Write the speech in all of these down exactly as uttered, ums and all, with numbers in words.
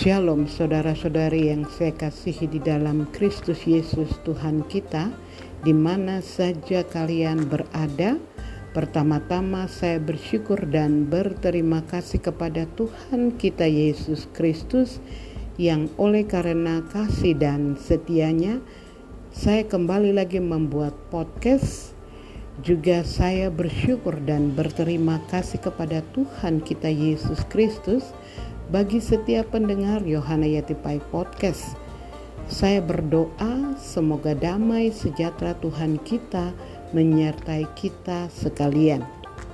Shalom saudara-saudari yang saya kasihi di dalam Kristus Yesus Tuhan kita, di mana saja kalian berada. Pertama-tama saya bersyukur dan berterima kasih kepada Tuhan kita Yesus Kristus yang oleh karena kasih dan setianya saya kembali lagi membuat podcast. Juga saya bersyukur dan berterima kasih kepada Tuhan kita Yesus Kristus bagi setiap pendengar Yohana Yatipai Podcast. Saya berdoa semoga damai sejahtera Tuhan kita menyertai kita sekalian.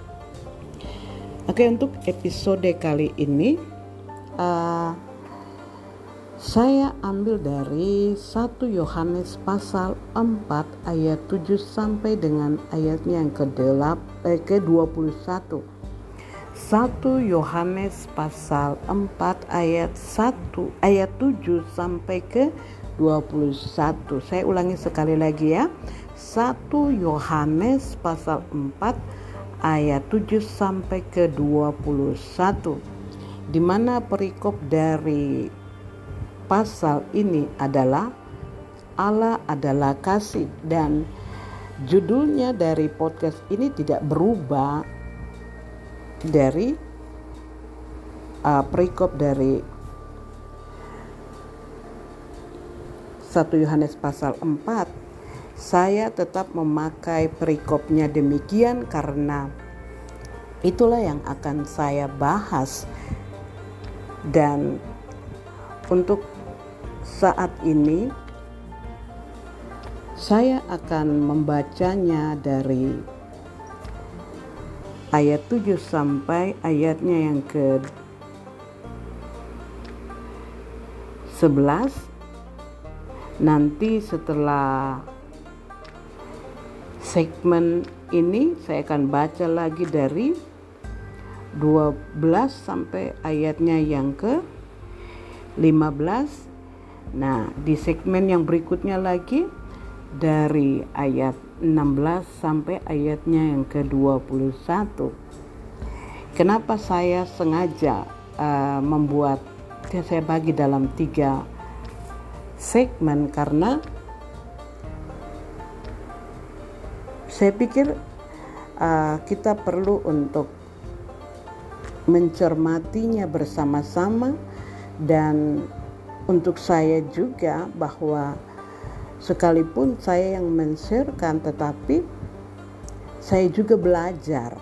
Oke, untuk episode kali ini uh, saya ambil dari satu Yohanes pasal empat ayat tujuh sampai dengan ayatnya yang ke dua puluh satu. satu Yohanes pasal empat ayat satu ayat tujuh sampai ke dua puluh satu. Saya ulangi sekali lagi ya. satu Yohanes pasal empat ayat tujuh sampai ke dua puluh satu. Di mana perikop dari pasal ini adalah Allah adalah kasih, dan judulnya dari podcast ini tidak berubah dari uh, perikop dari satu Yohanes pasal empat. Saya tetap memakai perikopnya demikian karena itulah yang akan saya bahas, dan untuk saat ini saya akan membacanya dari ayat tujuh sampai ayatnya yang ke sebelas. Nanti setelah segmen ini saya akan baca lagi dari dua belas sampai ayatnya yang ke lima belas. Nah, di segmen yang berikutnya lagi dari ayat enam belas sampai ayatnya yang ke dua puluh satu. Kenapa saya sengaja uh, membuat saya bagi dalam tiga segmen? Karena saya pikir uh, kita perlu untuk mencermatinya bersama-sama, dan untuk saya juga bahwa sekalipun saya yang men-sharekan, tetapi saya juga belajar.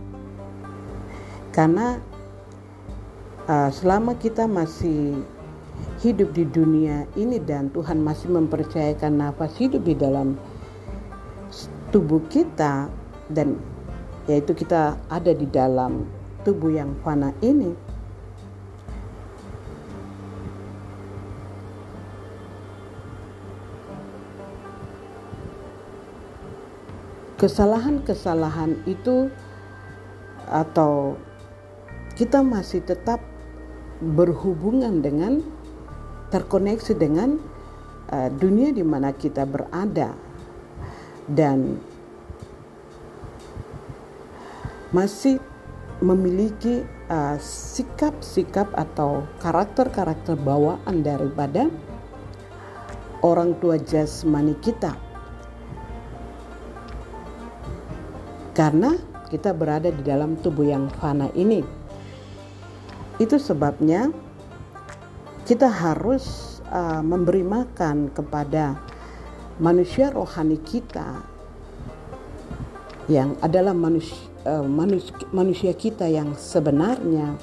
Karena uh, selama kita masih hidup di dunia ini dan Tuhan masih mempercayakan nafas hidup di dalam tubuh kita, dan yaitu kita ada di dalam tubuh yang fana ini, kesalahan-kesalahan itu atau kita masih tetap berhubungan dengan, terkoneksi dengan uh, dunia di mana kita berada, dan masih memiliki uh, sikap-sikap atau karakter-karakter bawaan daripada orang tua jasmani kita. Karena kita berada di dalam tubuh yang fana ini. Itu sebabnya kita harus uh, memberi makan kepada manusia rohani kita, yang adalah manusia, uh, manusia, manusia kita yang sebenarnya.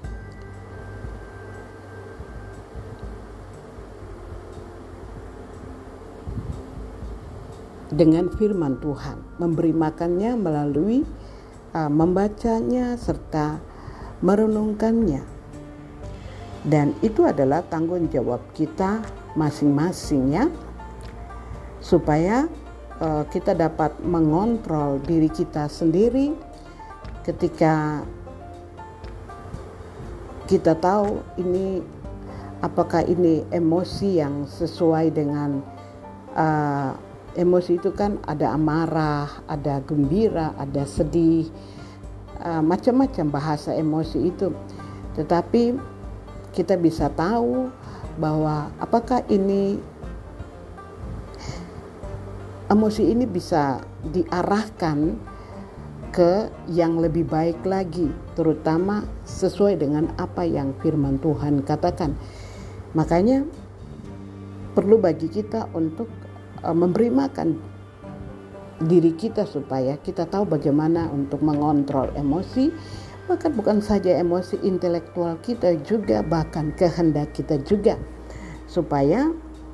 Dengan firman Tuhan, memberi makannya melalui uh, membacanya serta merenungkannya. Dan itu adalah tanggung jawab kita masing-masing ya, supaya uh, kita dapat mengontrol diri kita sendiri ketika kita tahu ini apakah ini emosi yang sesuai dengan uh, emosi itu kan ada amarah, ada gembira, ada sedih, uh, macam-macam bahasa emosi itu. Tetapi kita bisa tahu bahwa apakah ini emosi ini bisa diarahkan ke yang lebih baik lagi, terutama sesuai dengan apa yang firman Tuhan katakan. Makanya perlu bagi kita untuk uh, memberi makan diri kita supaya kita tahu bagaimana untuk mengontrol emosi. Bahkan bukan saja emosi intelektual kita juga, bahkan kehendak kita juga, supaya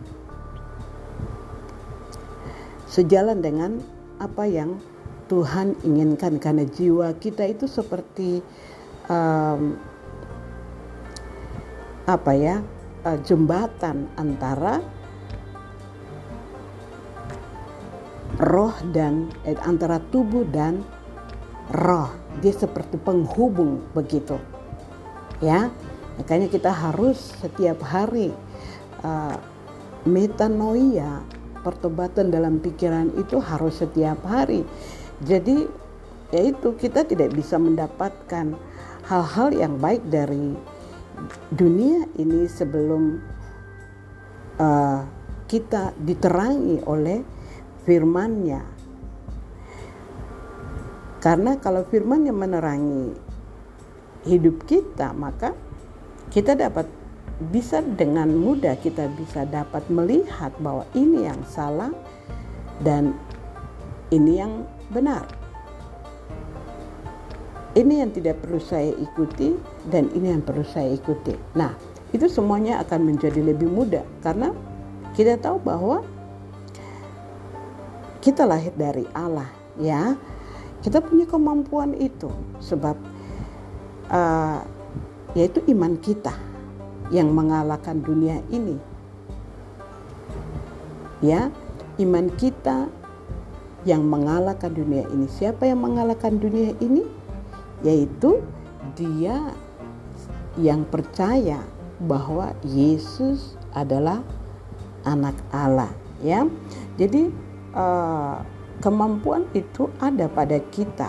sejalan dengan apa yang Tuhan inginkan. Karena jiwa kita itu seperti um, apa ya uh, jembatan antara roh dan eh, antara tubuh dan roh. Dia seperti penghubung begitu, ya. Makanya kita harus setiap hari uh, metanoia, pertobatan dalam pikiran itu harus setiap hari. Jadi yaitu kita tidak bisa mendapatkan hal-hal yang baik dari dunia ini sebelum uh, kita diterangi oleh firman-Nya. Karena kalau firman-Nya menerangi hidup kita, maka kita dapat bisa dengan mudah kita bisa dapat melihat bahwa ini yang salah dan ini yang benar. Ini yang tidak perlu saya ikuti dan ini yang perlu saya ikuti. Nah, itu semuanya akan menjadi lebih mudah karena kita tahu bahwa kita lahir dari Allah, ya. Kita punya kemampuan itu sebab uh, yaitu iman kita yang mengalahkan dunia ini. Ya, iman kita yang mengalahkan dunia ini. Siapa yang mengalahkan dunia ini? Yaitu dia yang percaya bahwa Yesus adalah anak Allah, ya. Jadi uh, kemampuan itu ada pada kita.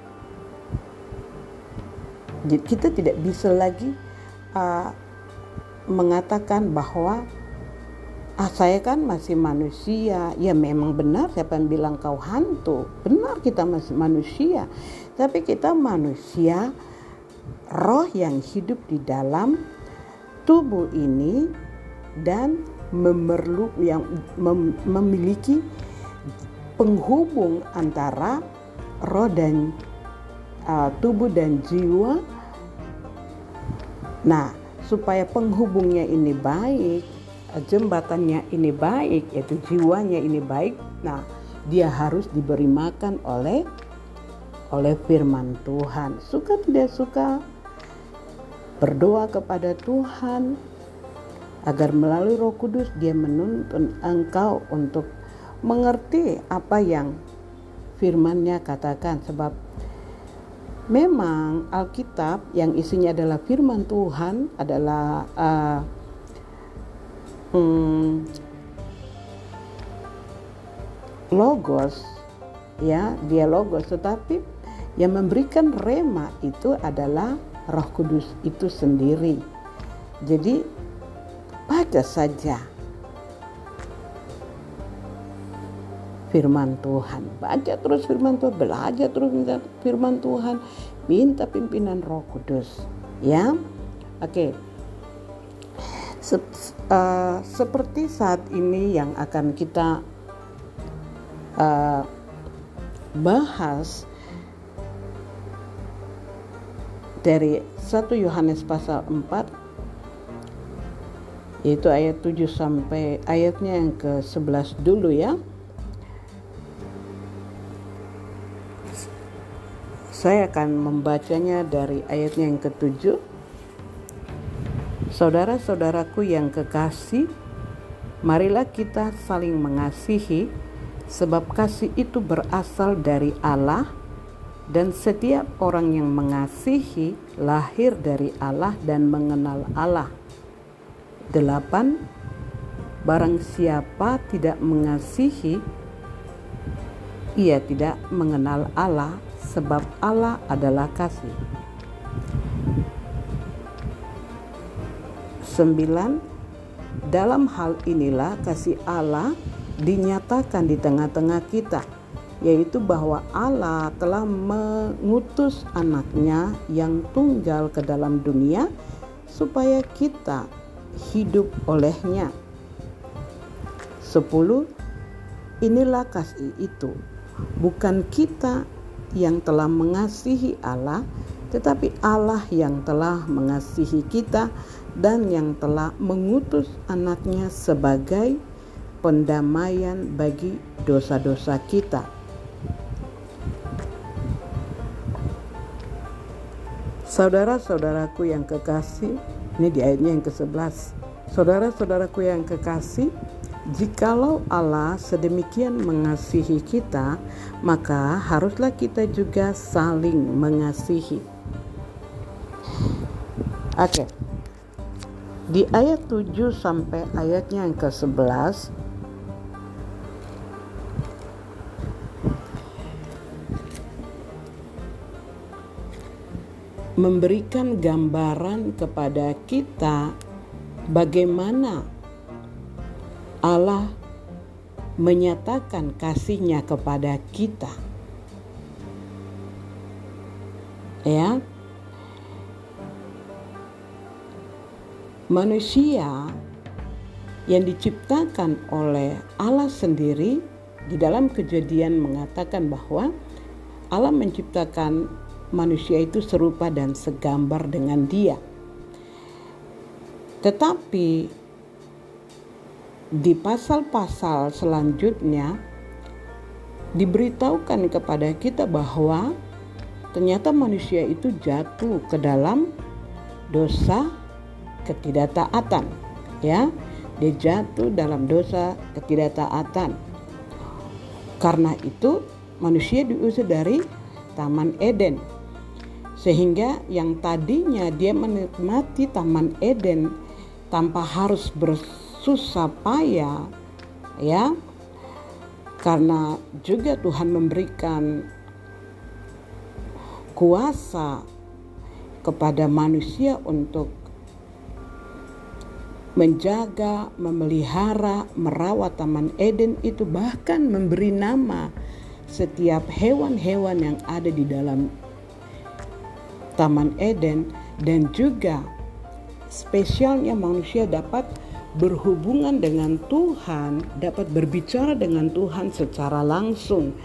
Jadi kita tidak bisa lagi uh, mengatakan bahwa ah saya kan masih manusia. Ya memang benar, siapa yang bilang kau hantu? Benar, kita masih manusia. Tapi kita manusia roh yang hidup di dalam tubuh ini dan memerlu yang mem, memiliki penghubung antara roh dan uh, tubuh dan jiwa. Nah, supaya penghubungnya ini baik, jembatannya ini baik, yaitu jiwanya ini baik. Nah, dia harus diberi makan oleh oleh firman Tuhan. Suka tidak suka, berdoa kepada Tuhan agar melalui Roh Kudus dia menuntun engkau untuk mengerti apa yang firman-Nya katakan. Sebab memang Alkitab yang isinya adalah firman Tuhan adalah uh, hmm, logos, ya, dia logos, tetapi yang memberikan rema itu adalah Roh Kudus itu sendiri. Jadi baca saja firman Tuhan, baca terus firman Tuhan, belajar terus firman Tuhan, minta pimpinan Roh Kudus, ya. Oke. Sep- uh, seperti saat ini yang akan kita uh, bahas dari satu Yohanes pasal empat, yaitu ayat tujuh sampai ayatnya yang ke sebelas dulu, ya. Saya akan membacanya dari ayatnya yang ketujuh. Saudara-saudaraku yang kekasih, marilah kita saling mengasihi, sebab kasih itu berasal dari Allah, dan setiap orang yang mengasihi lahir dari Allah dan mengenal Allah. Delapan, barang siapa tidak mengasihi, ia tidak mengenal Allah, sebab Allah adalah kasih. Sembilan, dalam hal inilah kasih Allah dinyatakan di tengah-tengah kita, yaitu bahwa Allah telah mengutus anaknya yang tunggal ke dalam dunia supaya kita hidup olehnya. Sepuluh, inilah kasih itu, bukan kita yang telah mengasihi Allah, tetapi Allah yang telah mengasihi kita dan yang telah mengutus anaknya sebagai pendamaian bagi dosa-dosa kita. Saudara-saudaraku yang kekasih, ini di ayatnya yang kesebelas. Saudara-saudaraku yang kekasih, jikalau Allah sedemikian mengasihi kita, maka haruslah kita juga saling mengasihi. Oke. Di ayat tujuh sampai ayatnya yang kesebelas, memberikan gambaran kepada kita bagaimana Allah menyatakan kasih-Nya kepada kita. Ya. Manusia yang diciptakan oleh Allah sendiri, di dalam Kejadian mengatakan bahwa Allah menciptakan manusia itu serupa dan segambar dengan Dia. Tetapi di pasal-pasal selanjutnya diberitahukan kepada kita bahwa ternyata manusia itu jatuh ke dalam dosa ketidaktaatan, ya. Dia jatuh dalam dosa ketidaktaatan. Karena itu manusia diusir dari Taman Eden. Sehingga yang tadinya dia menikmati Taman Eden tanpa harus bersusah payah, ya. Karena juga Tuhan memberikan kuasa kepada manusia untuk menjaga, memelihara, merawat Taman Eden itu, bahkan memberi nama setiap hewan-hewan yang ada di dalam Taman Eden, dan juga spesialnya manusia dapat berhubungan dengan Tuhan, dapat berbicara dengan Tuhan secara langsung.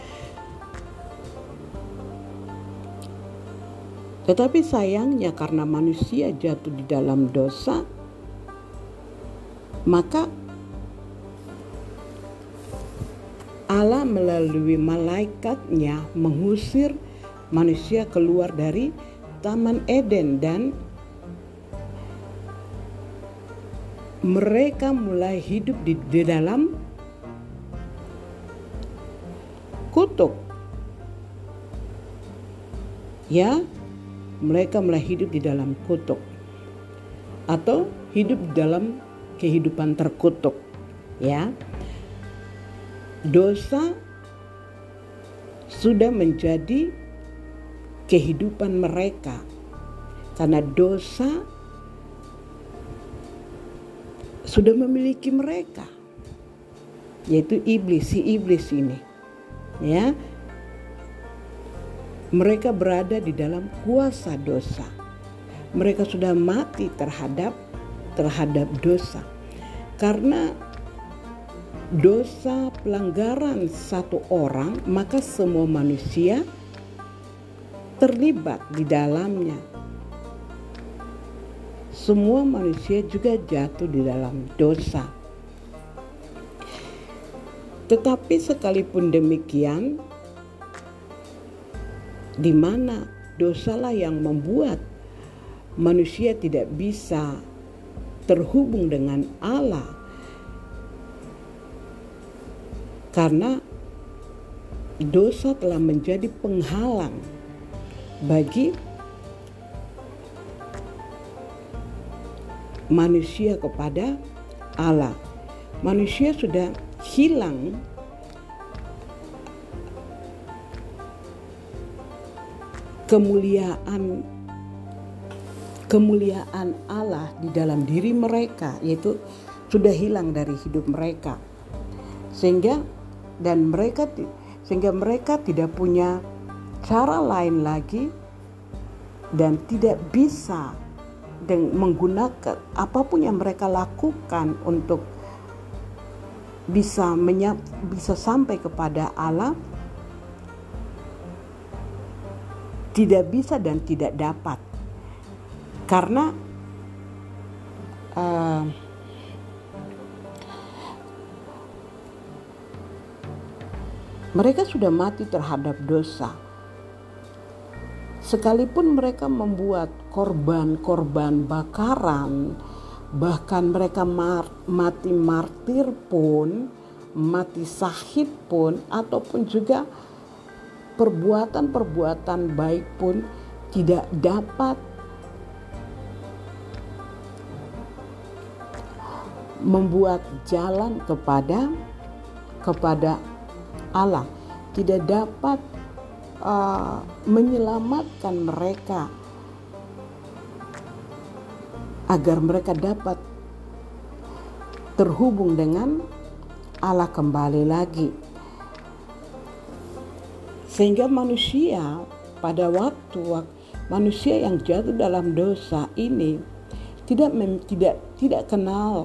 Tetapi sayangnya karena manusia jatuh di dalam dosa, maka Allah melalui malaikatnya mengusir manusia keluar dari Taman Eden, dan mereka mulai hidup di, di dalam kutuk. Ya, mereka mulai hidup di dalam kutuk atau hidup di dalam kehidupan terkutuk, ya. Dosa sudah menjadi kehidupan mereka, karena dosa sudah memiliki mereka, yaitu iblis, si iblis ini, ya. Mereka berada di dalam kuasa dosa. Mereka sudah mati terhadap terhadap dosa. Karena dosa pelanggaran satu orang, maka semua manusia terlibat di dalamnya. Semua manusia juga jatuh di dalam dosa. Tetapi sekalipun demikian, di mana dosalah yang membuat manusia tidak bisa terhubung dengan Allah, karena dosa telah menjadi penghalang bagi manusia kepada Allah. Manusia sudah hilang kemuliaan kemuliaan Allah di dalam diri mereka, yaitu sudah hilang dari hidup mereka, sehingga dan mereka sehingga mereka tidak punya cara lain lagi dan tidak bisa dengan menggunakan apapun yang mereka lakukan untuk bisa menyap, bisa sampai kepada Allah, tidak bisa dan tidak dapat. Karena uh, mereka sudah mati terhadap dosa. Sekalipun mereka membuat korban-korban bakaran, bahkan mereka mar- mati martir pun, mati syahid pun, ataupun juga perbuatan-perbuatan baik pun tidak dapat membuat jalan kepada kepada Allah, tidak dapat uh, menyelamatkan mereka agar mereka dapat terhubung dengan Allah kembali lagi. Sehingga manusia pada waktu manusia yang jatuh dalam dosa ini tidak mem, tidak tidak kenal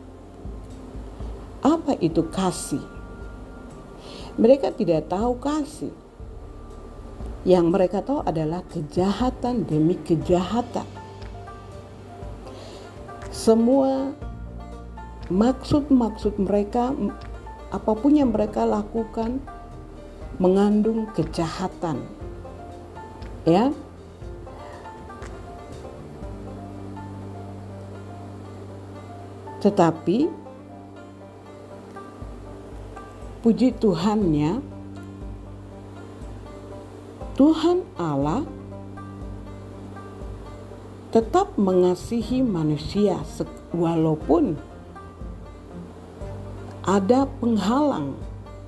apa itu kasih. Mereka tidak tahu kasih. Yang mereka tahu adalah kejahatan demi kejahatan. Semua maksud-maksud mereka, apapun yang mereka lakukan, mengandung kejahatan. Ya. Tetapi puji Tuhannya, Tuhan Allah tetap mengasihi manusia walaupun ada penghalang,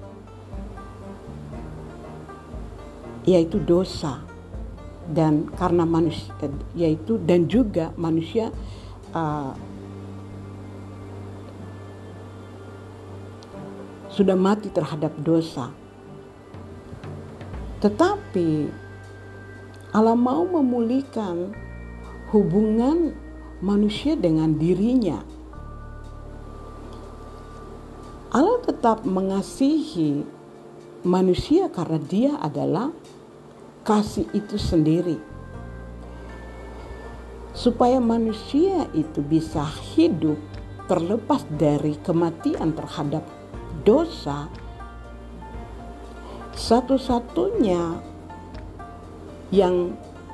yaitu dosa, dan karena manusia yaitu dan juga manusia uh, sudah mati terhadap dosa. Tetapi Allah mau memulihkan hubungan manusia dengan dirinya. Allah tetap mengasihi manusia karena Dia adalah kasih itu sendiri. Supaya manusia itu bisa hidup terlepas dari kematian terhadap dosa, satu-satunya yang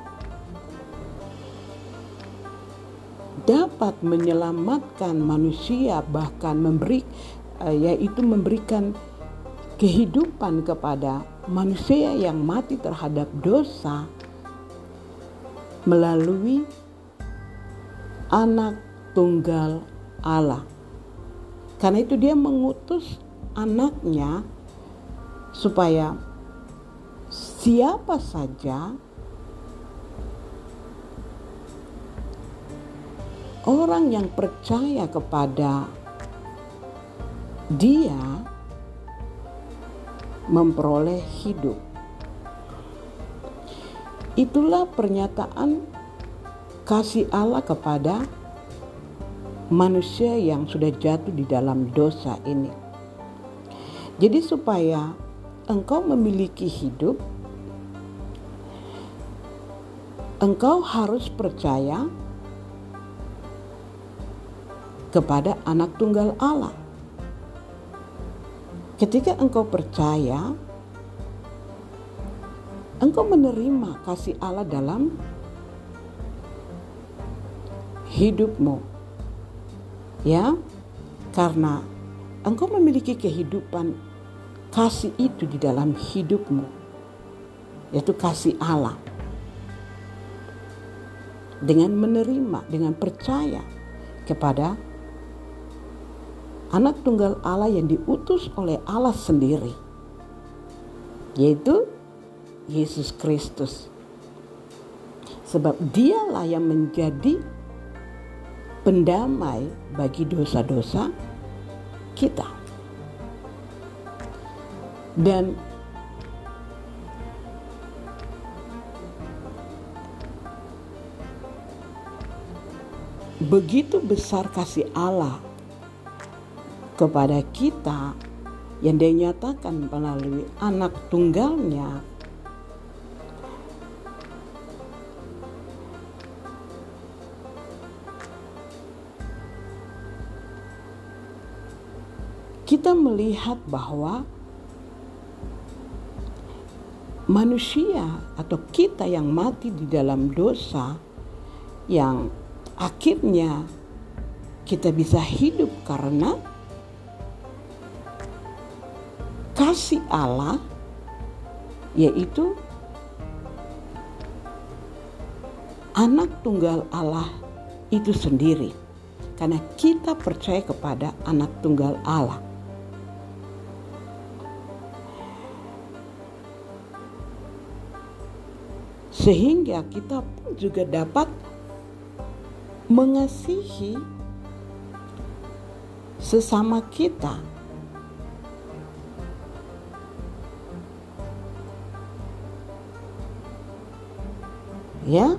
dapat menyelamatkan manusia, bahkan memberi yaitu memberikan kehidupan kepada manusia yang mati terhadap dosa melalui Anak Tunggal Allah. Karena itu Dia mengutus anaknya supaya siapa saja orang yang percaya kepada Dia memperoleh hidup. Itulah pernyataan kasih Allah kepada manusia yang sudah jatuh di dalam dosa ini. Jadi supaya engkau memiliki hidup, engkau harus percaya kepada Anak Tunggal Allah. Ketika engkau percaya, engkau menerima kasih Allah dalam hidupmu. Ya, karena engkau memiliki kehidupan kasih itu di dalam hidupmu, yaitu kasih Allah. Dengan menerima, dengan percaya kepada Anak Tunggal Allah yang diutus oleh Allah sendiri, yaitu Yesus Kristus. sebab dialah yang menjadi pendamai bagi dosa-dosa kita. Dan begitu besar kasih Allah kepada kita yang dinyatakan melalui anak tunggalnya, kita melihat bahwa manusia atau kita yang mati di dalam dosa, yang akhirnya kita bisa hidup karena kasih Allah, yaitu anak tunggal Allah itu sendiri, karena kita percaya kepada anak tunggal Allah. Sehingga kita pun juga dapat mengasihi sesama kita. Ya,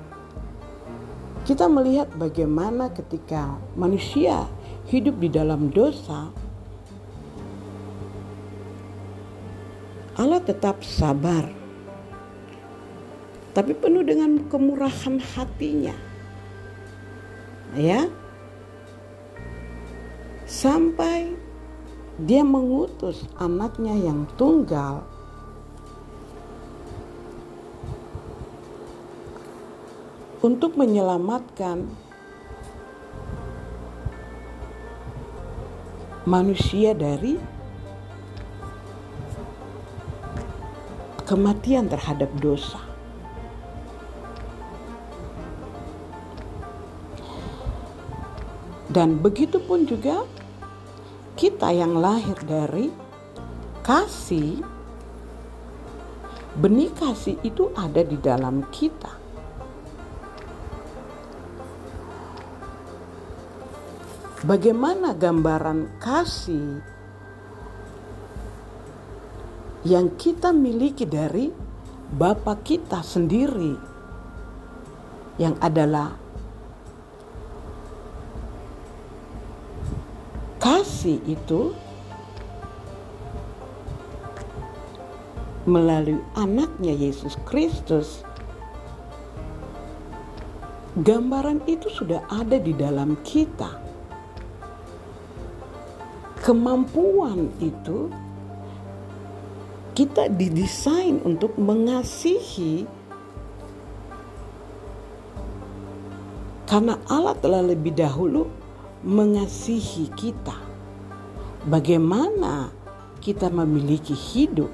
kita melihat bagaimana ketika manusia hidup di dalam dosa, Allah tetap sabar, tapi penuh dengan kemurahan hatinya. Ya, sampai dia mengutus anaknya yang tunggal untuk menyelamatkan manusia dari kematian terhadap dosa. Dan begitu pun juga kita yang lahir dari kasih, benih kasih itu ada di dalam kita. Bagaimana gambaran kasih yang kita miliki dari Bapa kita sendiri, yang adalah kasih itu melalui anaknya Yesus Kristus. Gambaran itu sudah ada di dalam kita. Kemampuan itu kita didesain untuk mengasihi, karena Allah telah lebih dahulu mengasihi kita. Bagaimana kita memiliki hidup?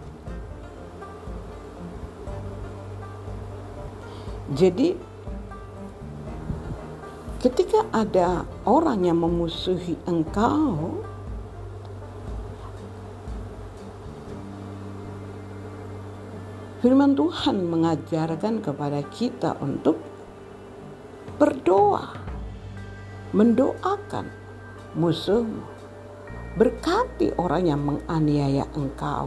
Jadi ketika ada orang yang memusuhi engkau, firman Tuhan mengajarkan kepada kita untuk berdoa, mendoakan musuhmu, berkati orang yang menganiaya engkau.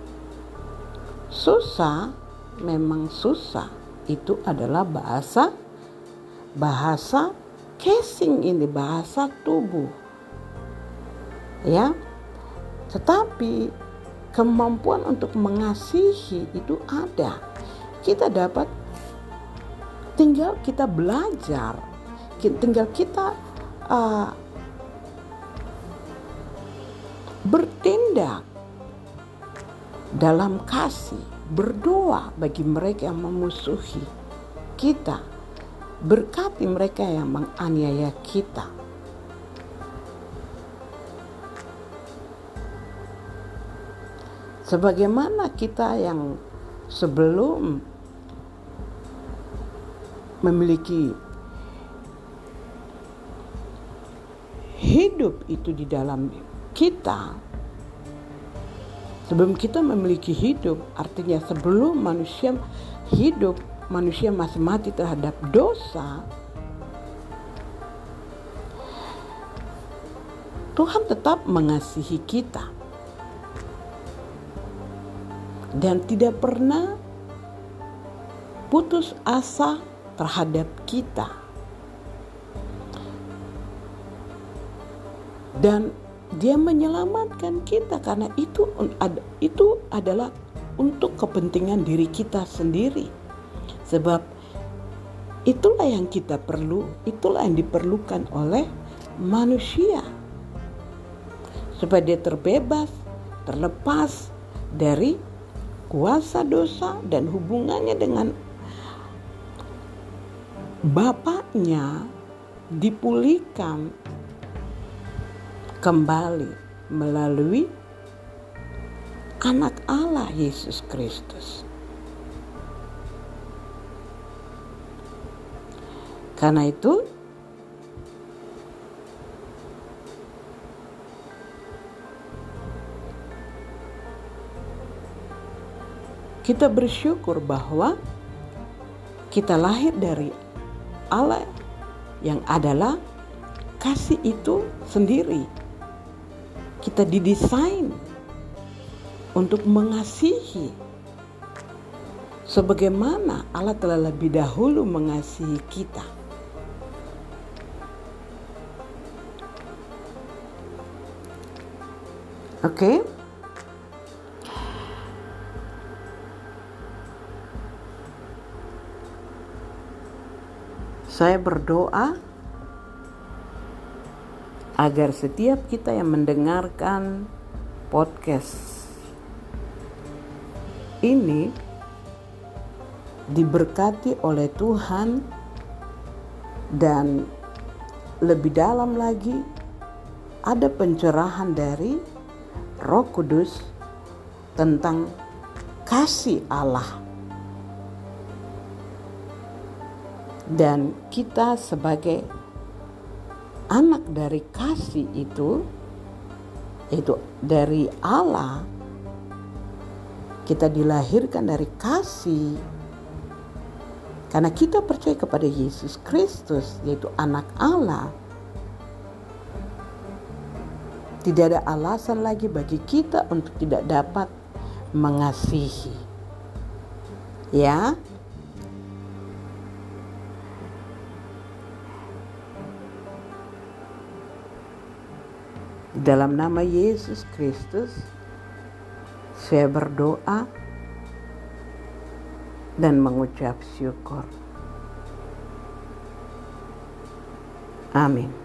Susah, memang susah. Itu adalah bahasa bahasa casing ini, bahasa tubuh. Ya. Tetapi kemampuan untuk mengasihi itu ada. Kita dapat, tinggal kita belajar, tinggal kita uh, bertindak dalam kasih, berdoa bagi mereka yang memusuhi kita, berkati mereka yang menganiaya kita. Sebagaimana kita yang sebelum memiliki hidup itu di dalam kita, sebelum kita memiliki hidup, artinya sebelum manusia hidup manusia masih mati terhadap dosa, Tuhan tetap mengasihi kita dan tidak pernah putus asa terhadap kita. Dan Dia menyelamatkan kita karena itu itu adalah untuk kepentingan diri kita sendiri. Sebab itulah yang kita perlu, itulah yang diperlukan oleh manusia. Supaya dia terbebas, terlepas dari kuasa dosa dan hubungannya dengan Bapaknya dipulihkan kembali melalui Anak Allah Yesus Kristus. Karena itu kita bersyukur bahwa kita lahir dari Allah yang adalah kasih itu sendiri. Kita didesain untuk mengasihi sebagaimana Allah telah lebih dahulu mengasihi kita. Oke? Okay? Saya berdoa agar setiap kita yang mendengarkan podcast ini diberkati oleh Tuhan dan lebih dalam lagi ada pencerahan dari Roh Kudus tentang kasih Allah. Dan kita sebagai anak dari kasih itu, yaitu dari Allah, kita dilahirkan dari kasih karena kita percaya kepada Yesus Kristus, yaitu anak Allah. Tidak ada alasan lagi bagi kita untuk tidak dapat mengasihi. Ya. Dalam nama Yesus Kristus, saya berdoa dan mengucap syukur. Amin.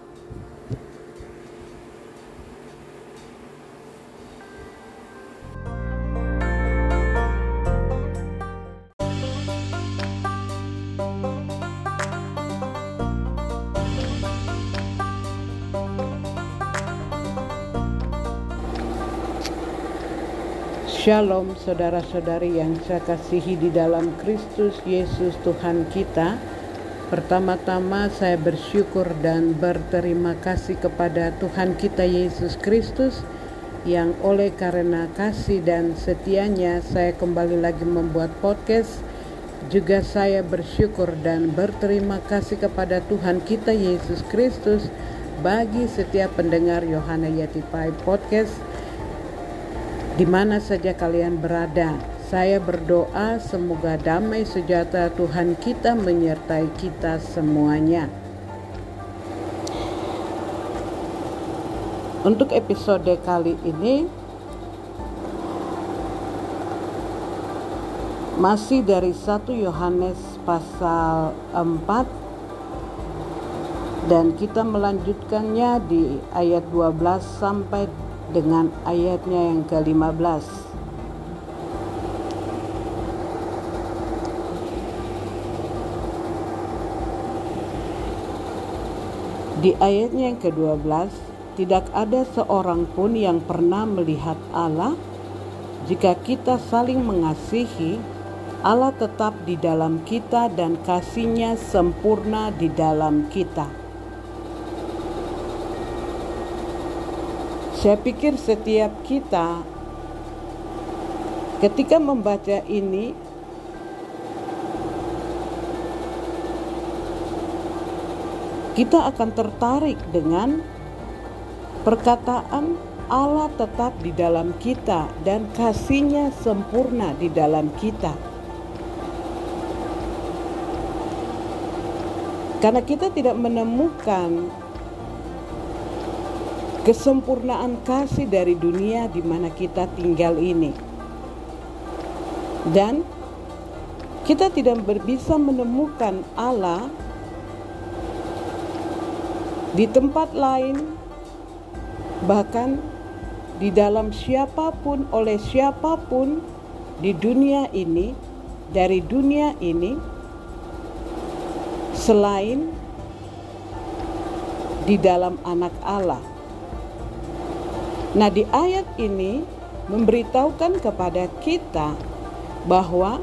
Shalom saudara-saudari yang saya kasihi di dalam Kristus Yesus Tuhan kita. Pertama-tama saya bersyukur dan berterima kasih kepada Tuhan kita Yesus Kristus yang oleh karena kasih dan setianya saya kembali lagi membuat podcast. Juga saya bersyukur dan berterima kasih kepada Tuhan kita Yesus Kristus bagi setiap pendengar Yohana Yatipai Podcast. Di mana saja kalian berada, saya berdoa semoga damai sejahtera Tuhan kita menyertai kita semuanya. Untuk episode kali ini masih dari satu Yohanes pasal empat dan kita melanjutkannya di ayat dua belas sampai dengan ayatnya yang ke lima belas. Di ayatnya yang ke dua belas, tidak ada seorang pun yang pernah melihat Allah. Jika kita saling mengasihi, Allah tetap di dalam kita dan kasih-Nya sempurna di dalam kita. Saya pikir setiap kita ketika membaca ini kita akan tertarik dengan perkataan Allah tetap di dalam kita dan kasih-Nya sempurna di dalam kita. Karena kita tidak menemukan kesempurnaan kasih dari dunia di mana kita tinggal ini. Dan kita tidak bisa menemukan Allah di tempat lain, bahkan di dalam siapapun, oleh siapapun di dunia ini, dari dunia ini, selain di dalam Anak Allah. Nah, di ayat ini memberitahukan kepada kita bahwa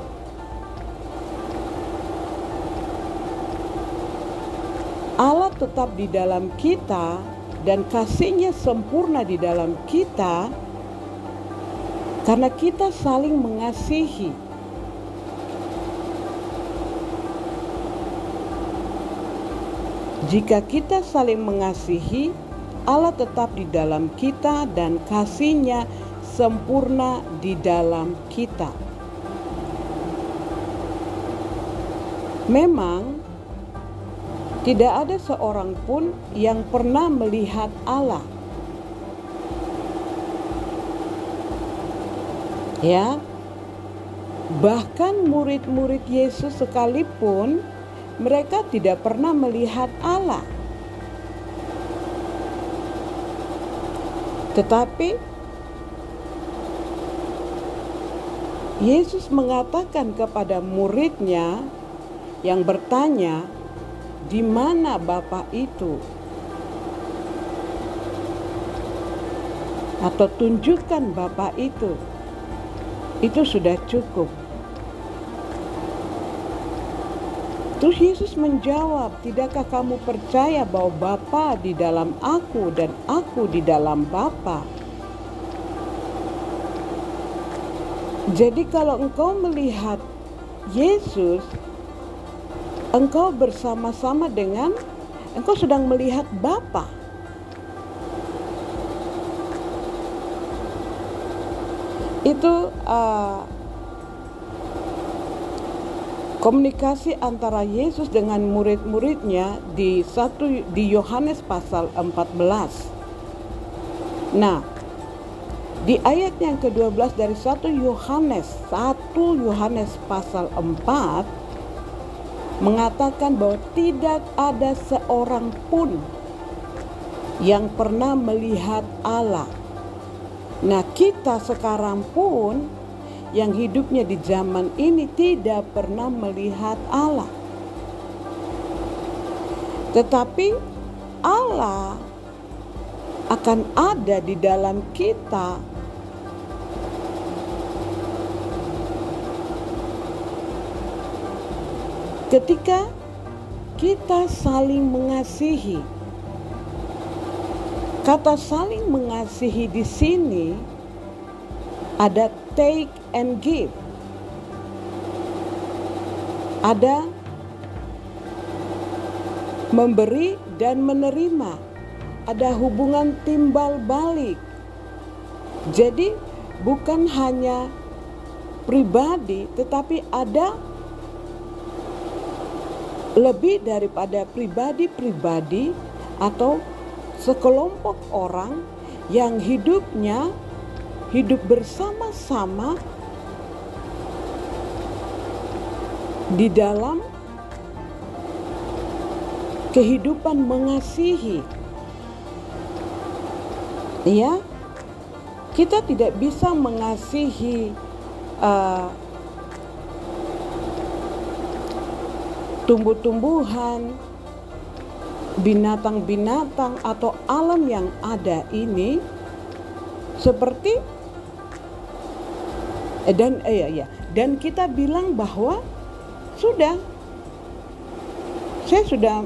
Allah tetap di dalam kita dan kasih-Nya sempurna di dalam kita karena kita saling mengasihi. Jika kita saling mengasihi, Allah tetap di dalam kita dan kasih-Nya sempurna di dalam kita. Memang tidak ada seorang pun yang pernah melihat Allah. Ya, bahkan murid-murid Yesus sekalipun mereka tidak pernah melihat Allah. Tetapi Yesus mengatakan kepada murid-Nya yang bertanya, "Di mana Bapa itu?" Atau tunjukkan Bapa itu. Itu sudah cukup. Terus Yesus menjawab, "Tidakkah kamu percaya bahwa Bapa di dalam aku dan aku di dalam Bapa?" Jadi kalau engkau melihat Yesus, engkau bersama-sama dengan, engkau sedang melihat Bapa. Itu uh, komunikasi antara Yesus dengan murid-muridnya di satu di Yohanes pasal empat belas. Nah, di ayat yang kedua belas dari satu Yohanes, satu Yohanes pasal empat mengatakan bahwa tidak ada seorang pun yang pernah melihat Allah. Nah, kita sekarang pun yang hidupnya di zaman ini tidak pernah melihat Allah. Tetapi Allah akan ada di dalam kita ketika kita saling mengasihi. Kata saling mengasihi di sini ada take and give. Ada memberi dan menerima. Ada hubungan timbal balik. Jadi bukan hanya pribadi, tetapi ada lebih daripada pribadi-pribadi atau sekelompok orang yang hidupnya hidup bersama-sama di dalam kehidupan mengasihi. Ya, kita tidak bisa mengasihi uh, tumbuh-tumbuhan, binatang-binatang atau alam yang ada ini seperti dan eh, ya, ya dan kita bilang bahwa sudah saya sudah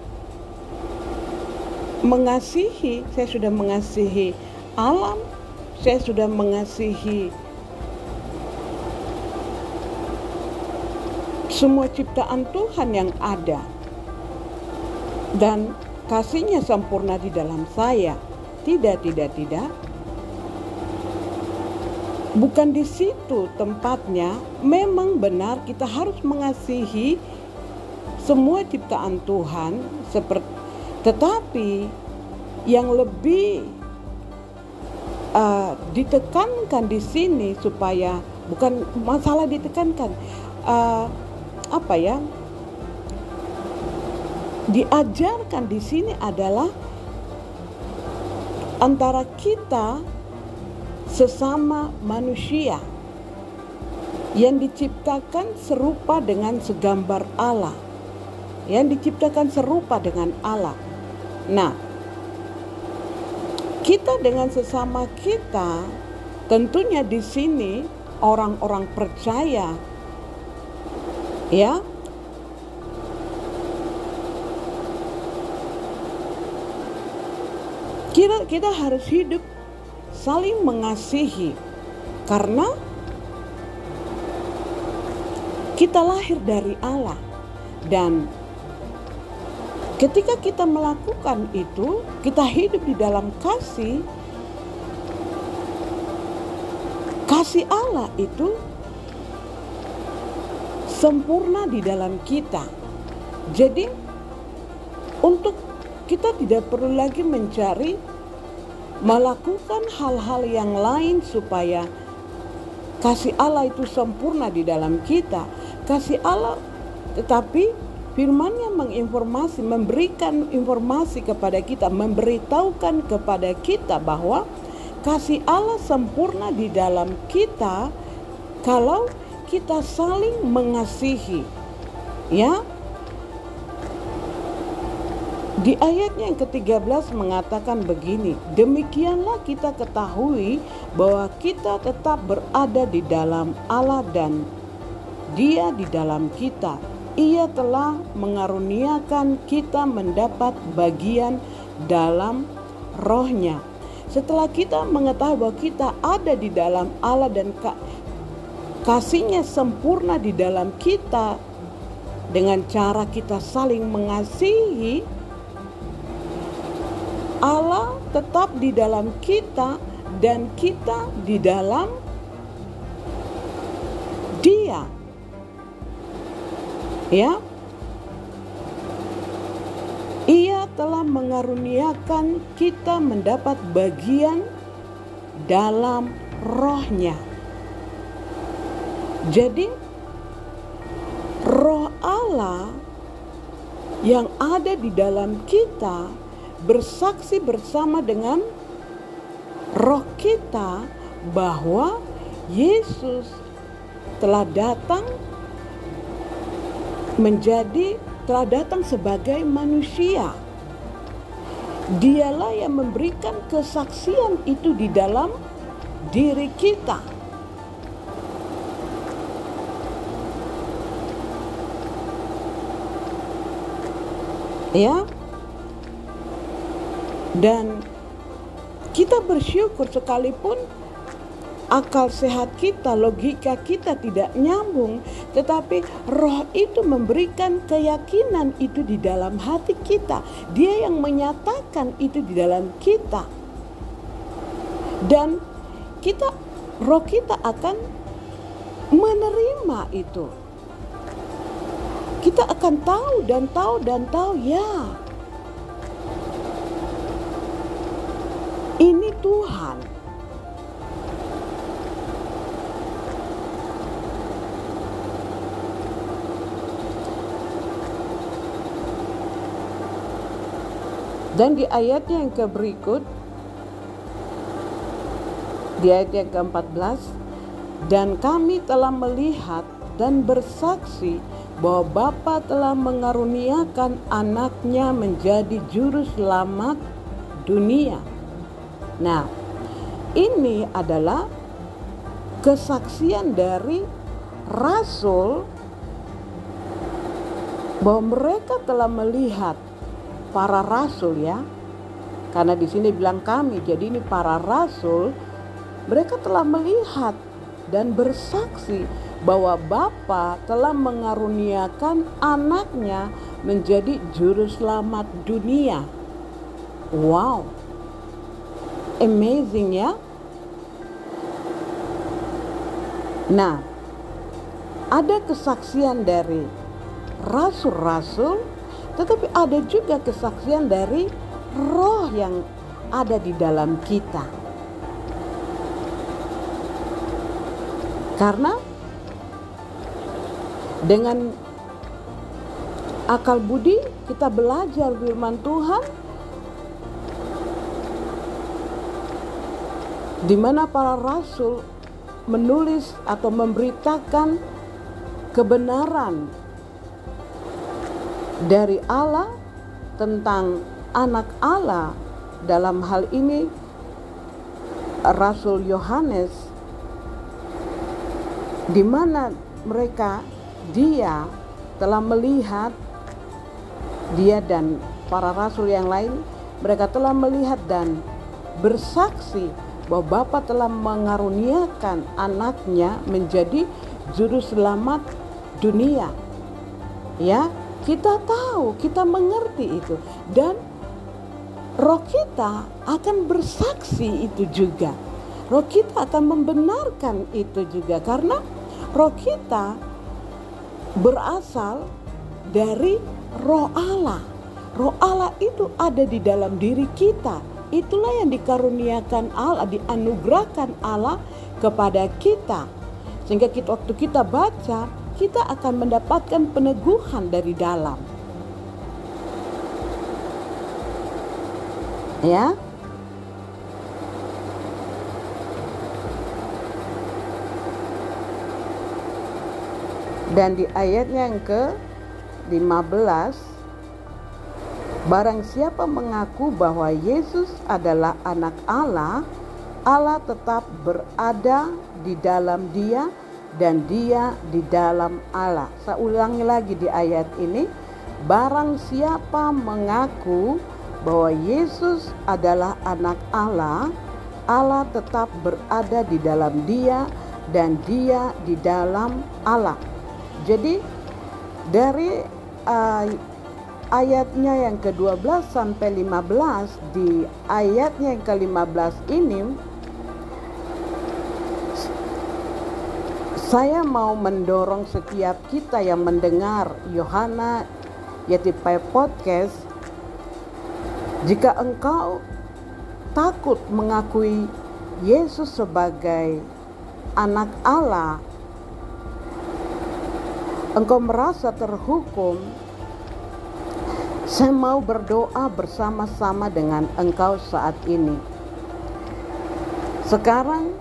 mengasihi, saya sudah mengasihi alam, saya sudah mengasihi semua ciptaan Tuhan yang ada. dan kasihnya sempurna di dalam saya. Tidak, tidak, tidak. Bukan di situ tempatnya. Memang benar kita harus mengasihi semua ciptaan Tuhan, seperti, tetapi yang lebih uh, ditekankan di sini supaya bukan masalah ditekankan, uh, apa ya? Diajarkan di sini adalah antara kita sesama manusia yang diciptakan serupa dengan segambar Allah, yang diciptakan serupa dengan Allah. Nah, kita dengan sesama kita, tentunya di sini orang-orang percaya, ya, kita kita harus hidup saling mengasihi, karena kita lahir dari Allah. Dan ketika kita melakukan itu, kita hidup di dalam kasih. Kasih Allah itu sempurna di dalam kita. Jadi untuk kita tidak perlu lagi mencari melakukan hal-hal yang lain supaya kasih Allah itu sempurna di dalam kita. Kasih Allah, tetapi firman-Nya menginformasi, memberikan informasi kepada kita, memberitahukan kepada kita bahwa kasih Allah sempurna di dalam kita kalau kita saling mengasihi. Ya. Di ayatnya yang ketiga belas mengatakan begini, demikianlah kita ketahui bahwa kita tetap berada di dalam Allah dan Dia di dalam kita. Ia telah mengaruniakan kita mendapat bagian dalam Roh-Nya. Setelah kita mengetahui bahwa kita ada di dalam Allah dan kasih-Nya sempurna di dalam kita dengan cara kita saling mengasihi, Allah tetap di dalam kita dan kita di dalam Dia. Ya. Ia telah mengaruniakan kita mendapat bagian dalam Roh-Nya. Jadi Roh Allah yang ada di dalam kita bersaksi bersama dengan roh kita bahwa Yesus telah datang menjadi telah datang sebagai manusia. Dialah yang memberikan kesaksian itu di dalam diri kita. Ya. Dan kita bersyukur sekalipun akal sehat kita, logika kita tidak nyambung, tetapi roh itu memberikan keyakinan itu di dalam hati kita. Dia yang menyatakan itu di dalam kita. Dan kita, roh kita akan menerima itu. Kita akan tahu dan tahu dan tahu, ya, ini Tuhan. Dan di ayatnya yang keberikut, di ayat yang keempat belas, dan kami telah melihat dan bersaksi bahwa Bapa telah mengaruniakan anaknya menjadi juru selamat dunia. Nah, ini adalah kesaksian dari rasul bahwa mereka telah melihat, para rasul ya. Karena di sini bilang kami, jadi ini para rasul, mereka telah melihat dan bersaksi bahwa Bapa telah mengaruniakan anaknya menjadi juru selamat dunia. Wow, amazing ya. Nah, ada kesaksian dari rasul-rasul, tetapi ada juga kesaksian dari roh yang ada di dalam kita. Karena dengan akal budi kita belajar firman Tuhan, di mana para rasul menulis atau memberitakan kebenaran dari Allah tentang anak Allah. Dalam hal ini Rasul Yohanes, di mana mereka dia telah melihat, dia dan para rasul yang lain, mereka telah melihat dan bersaksi bahwa Bapa telah mengaruniakan anaknya menjadi juru selamat dunia. Ya, kita tahu, kita mengerti itu, dan roh kita akan bersaksi itu juga. Roh kita akan membenarkan itu juga, karena roh kita berasal dari roh Allah. Roh Allah itu ada di dalam diri kita. Itulah yang dikaruniakan Allah, dianugerahkan Allah kepada kita. Sehingga kita, waktu kita baca, kita akan mendapatkan peneguhan dari dalam. Ya. Dan di ayatnya yang ke lima belas, barang siapa mengaku bahwa Yesus adalah anak Allah, Allah tetap berada di dalam dia dan dia di dalam Allah. Saya ulangi lagi di ayat ini, barang siapa mengaku bahwa Yesus adalah anak Allah, Allah tetap berada di dalam dia dan dia di dalam Allah. Jadi dari uh, ayatnya yang ke dua belas sampai lima belas, di ayatnya yang ke lima belas ini saya mau mendorong setiap kita yang mendengar Yohana Yetipai Podcast, jika engkau takut mengakui Yesus sebagai anak Allah, engkau merasa terhukum, saya mau berdoa bersama-sama dengan engkau saat ini. Sekarang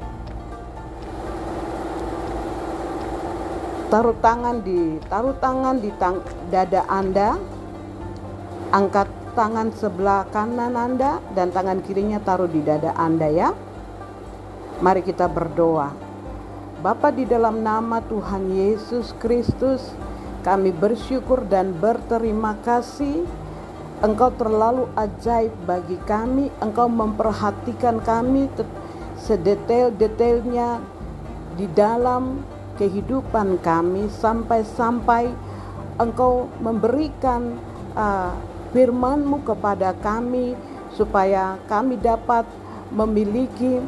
taruh tangan di taruh tangan di tang, dada Anda, angkat tangan sebelah kanan Anda dan tangan kirinya taruh di dada Anda ya. Mari kita berdoa. Bapa, di dalam nama Tuhan Yesus Kristus, kami bersyukur dan berterima kasih. Engkau terlalu ajaib bagi kami. Engkau memperhatikan kami sedetail-detailnya di dalam kehidupan kami, sampai-sampai Engkau memberikan uh, firman-Mu kepada kami supaya kami dapat memiliki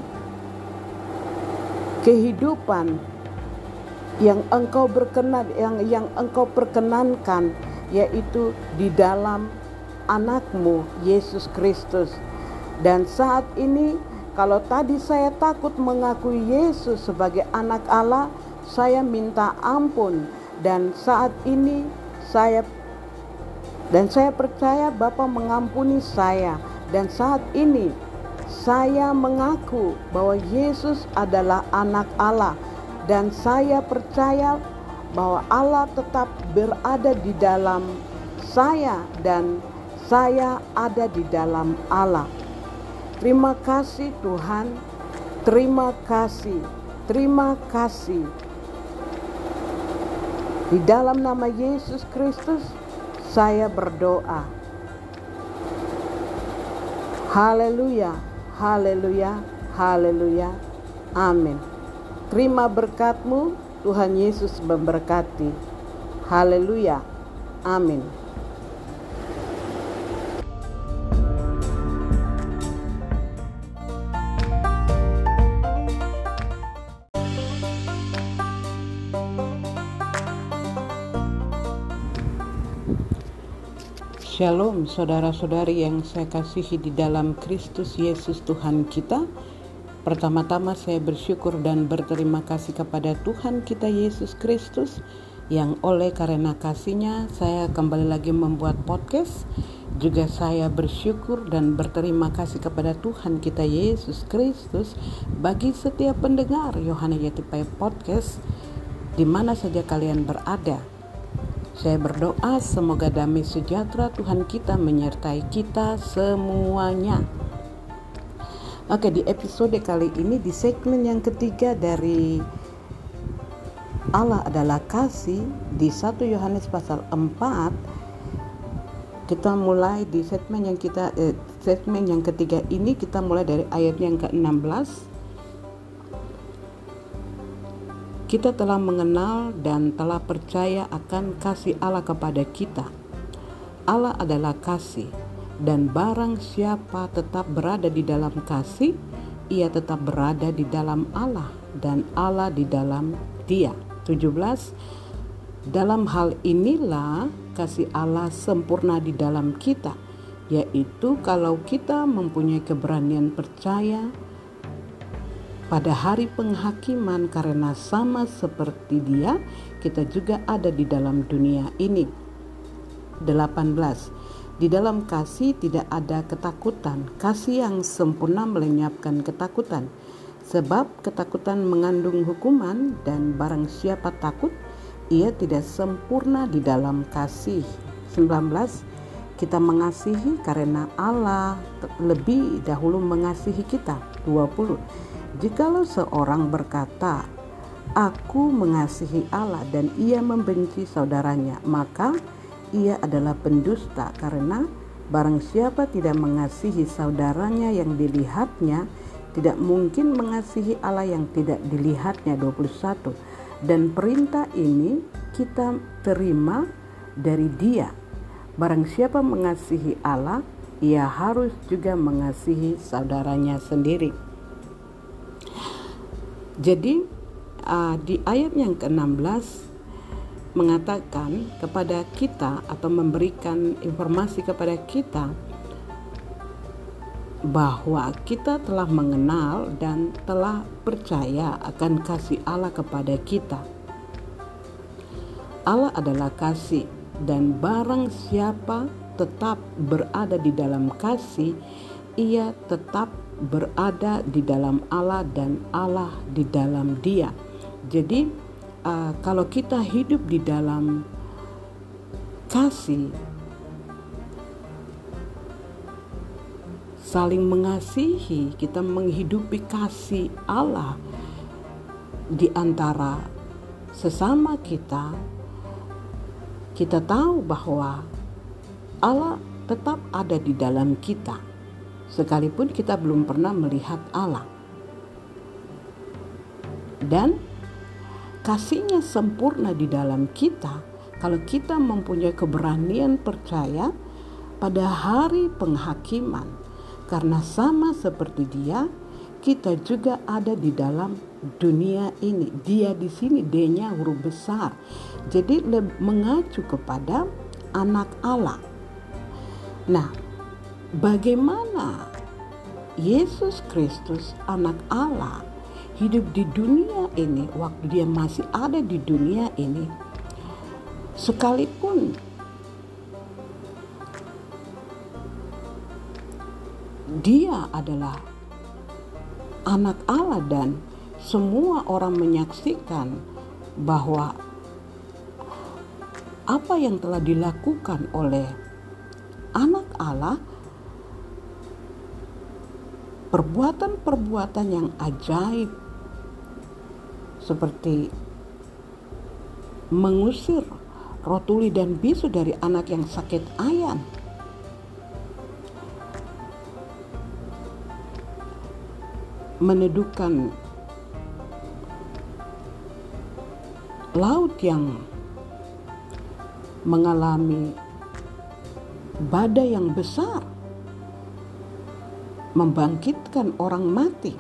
kehidupan yang Engkau berkenan, yang yang Engkau perkenankan, yaitu di dalam anak-Mu Yesus Kristus. Dan saat ini, kalau tadi saya takut mengakui Yesus sebagai anak Allah, saya minta ampun, dan saat ini saya dan saya percaya Bapa mengampuni saya, dan saat ini saya mengaku bahwa Yesus adalah anak Allah, dan saya percaya bahwa Allah tetap berada di dalam saya dan saya ada di dalam Allah. Terima kasih Tuhan, terima kasih, terima kasih. Di dalam nama Yesus Kristus saya berdoa. Haleluya, haleluya, haleluya. Amin. Terima berkat-Mu Tuhan Yesus memberkati. Haleluya. Amin. Shalom saudara-saudari yang saya kasihi di dalam Kristus Yesus Tuhan kita. Pertama-tama saya bersyukur dan berterima kasih kepada Tuhan kita Yesus Kristus yang oleh karena kasih-Nya saya kembali lagi membuat podcast. Juga saya bersyukur dan berterima kasih kepada Tuhan kita Yesus Kristus bagi setiap pendengar Yohana Yatipai Podcast di mana saja kalian berada. Saya berdoa semoga damai sejahtera Tuhan kita menyertai kita semuanya. Oke, di episode kali ini di segmen yang ketiga dari Allah adalah kasih di satu Yohanes pasal empat, kita mulai di segmen yang kita eh, segmen yang ketiga ini kita mulai dari ayat yang ke enam belas. Kita telah mengenal dan telah percaya akan kasih Allah kepada kita. Allah adalah kasih, dan barang siapa tetap berada di dalam kasih, ia tetap berada di dalam Allah, dan Allah di dalam Dia. tujuh belas. Dalam hal inilah kasih Allah sempurna di dalam kita, yaitu kalau kita mempunyai keberanian percaya pada hari penghakiman, karena sama seperti Dia, kita juga ada di dalam dunia ini. delapan belas. Di dalam kasih tidak ada ketakutan. Kasih yang sempurna melenyapkan ketakutan. Sebab ketakutan mengandung hukuman, dan barang siapa takut, ia tidak sempurna di dalam kasih. sembilan belas. Kita mengasihi karena Allah lebih dahulu mengasihi kita. dua puluh. Jikalau seorang berkata, aku mengasihi Allah dan ia membenci saudaranya, maka ia adalah pendusta, karena barang siapa tidak mengasihi saudaranya yang dilihatnya, tidak mungkin mengasihi Allah yang tidak dilihatnya. dua puluh satu. Dan perintah ini kita terima dari Dia. Barang siapa mengasihi Allah, ia harus juga mengasihi saudaranya sendiri. Jadi uh, di ayat yang ke enam belas mengatakan kepada kita atau memberikan informasi kepada kita bahwa kita telah mengenal dan telah percaya akan kasih Allah kepada kita. Allah adalah kasih, dan barang siapa tetap berada di dalam kasih, ia tetap berada di dalam Allah dan Allah di dalam Dia. Jadi uh, kalau kita hidup di dalam kasih, saling mengasihi, kita menghidupi kasih Allah di antara sesama kita, kita tahu bahwa Allah tetap ada di dalam kita. Sekalipun kita belum pernah melihat Allah. Dan kasih-Nya sempurna di dalam kita kalau kita mempunyai keberanian percaya pada hari penghakiman. Karena sama seperti Dia, kita juga ada di dalam dunia ini. Dia di sini D-nya huruf besar. Jadi mengacu kepada anak Allah. Nah, bagaimana Yesus Kristus anak Allah hidup di dunia ini waktu Dia masih ada di dunia ini, sekalipun Dia adalah anak Allah dan semua orang menyaksikan bahwa apa yang telah dilakukan oleh anak Allah, perbuatan-perbuatan yang ajaib seperti mengusir roh tuli dan bisu dari anak yang sakit ayan, meneduhkan laut yang mengalami badai yang besar, membangkitkan orang mati,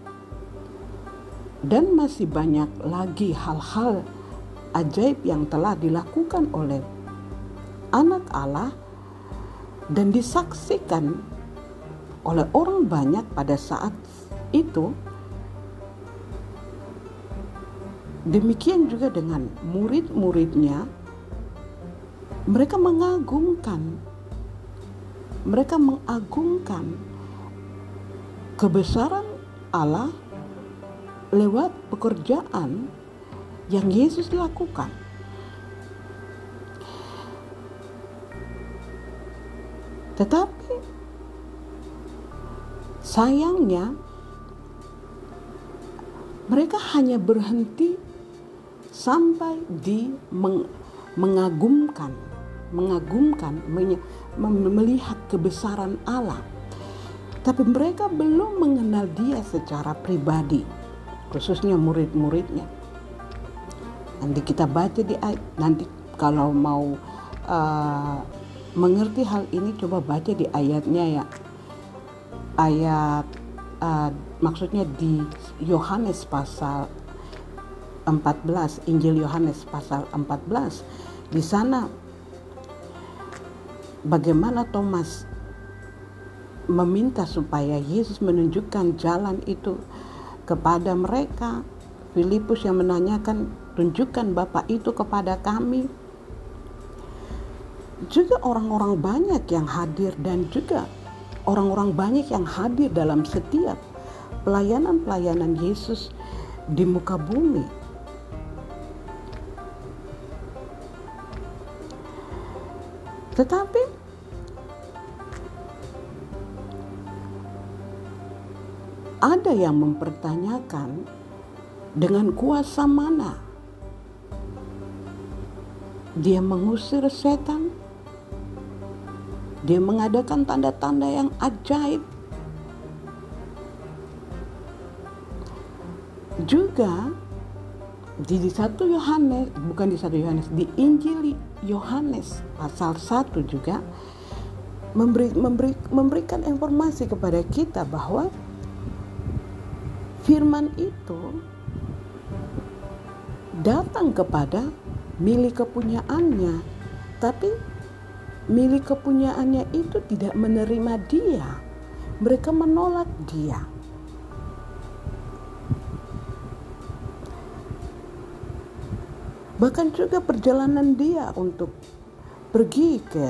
dan masih banyak lagi hal-hal ajaib yang telah dilakukan oleh Anak Allah dan disaksikan oleh orang banyak pada saat itu. Demikian juga dengan murid-muridnya, mereka mengagungkan mereka mengagungkan kebesaran Allah lewat pekerjaan yang Yesus lakukan. Tetapi sayangnya mereka hanya berhenti sampai di meng, mengagumkan, mengagumkan, menye, melihat kebesaran Allah. Tapi mereka belum mengenal Dia secara pribadi, khususnya murid-muridnya. Nanti kita baca di ayat, nanti kalau mau uh, mengerti hal ini coba baca di ayatnya ya. Ayat uh, maksudnya di Yohanes pasal empat belas, Injil Yohanes pasal empat belas. Di sana bagaimana Thomas meminta supaya Yesus menunjukkan jalan itu kepada mereka. Filipus yang menanyakan, tunjukkan Bapa itu kepada kami. Juga orang-orang banyak yang hadir dan juga orang-orang banyak yang hadir dalam setiap pelayanan-pelayanan Yesus di muka bumi. Tetapi ada yang mempertanyakan, dengan kuasa mana Dia mengusir setan? Dia mengadakan tanda-tanda yang ajaib. Juga di satu Yohanes, bukan di satu Yohanes, di Injil Yohanes pasal satu juga memberi, memberi, memberikan informasi kepada kita bahwa firman itu datang kepada milik kepunyaannya, tapi milik kepunyaannya itu tidak menerima Dia. Mereka menolak Dia. Bahkan juga perjalanan Dia untuk pergi ke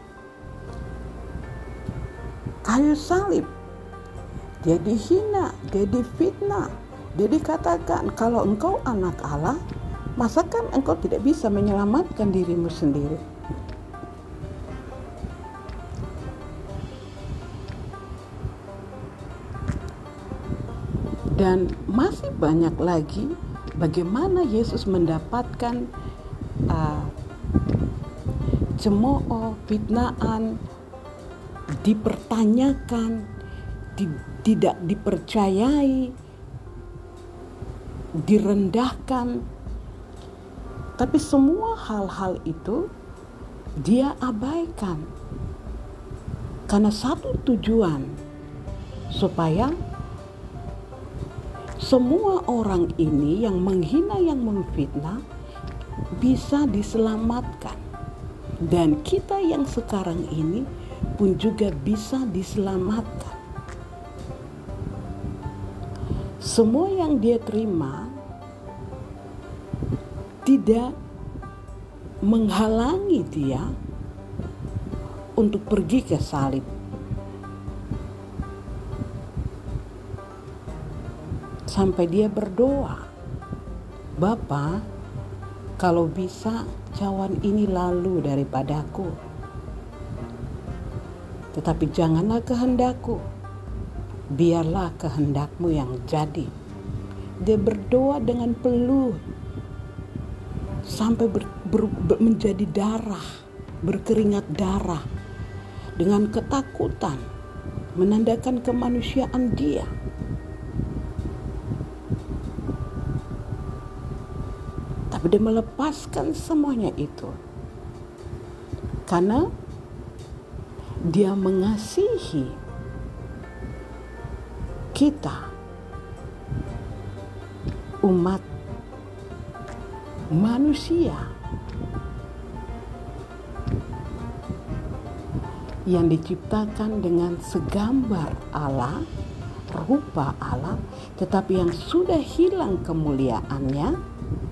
kayu salib, Dia dihina, Dia difitnah, Dia dikatakan, kalau engkau anak Allah, masakan engkau tidak bisa menyelamatkan dirimu sendiri? Dan masih banyak lagi bagaimana Yesus mendapatkan uh, cemooh, fitnaan, dipertanyakan, di, tidak dipercayai, direndahkan. Tapi semua hal-hal itu Dia abaikan karena satu tujuan, supaya semua orang ini yang menghina, yang memfitnah bisa diselamatkan. Dan kita yang sekarang ini pun juga bisa diselamatkan. Semua yang Dia terima tidak menghalangi Dia untuk pergi ke salib. Sampai Dia berdoa, Bapa, kalau bisa cawan ini lalu daripadaku, tetapi janganlah kehendakku, biarlah kehendak-Mu yang jadi. Dia berdoa dengan peluh sampai ber, ber, ber, menjadi darah, berkeringat darah, dengan ketakutan, menandakan kemanusiaan Dia. Tapi Dia melepaskan semuanya itu karena Dia mengasihi kita, umat manusia yang diciptakan dengan segambar Allah, rupa Allah, tetapi yang sudah hilang kemuliaannya,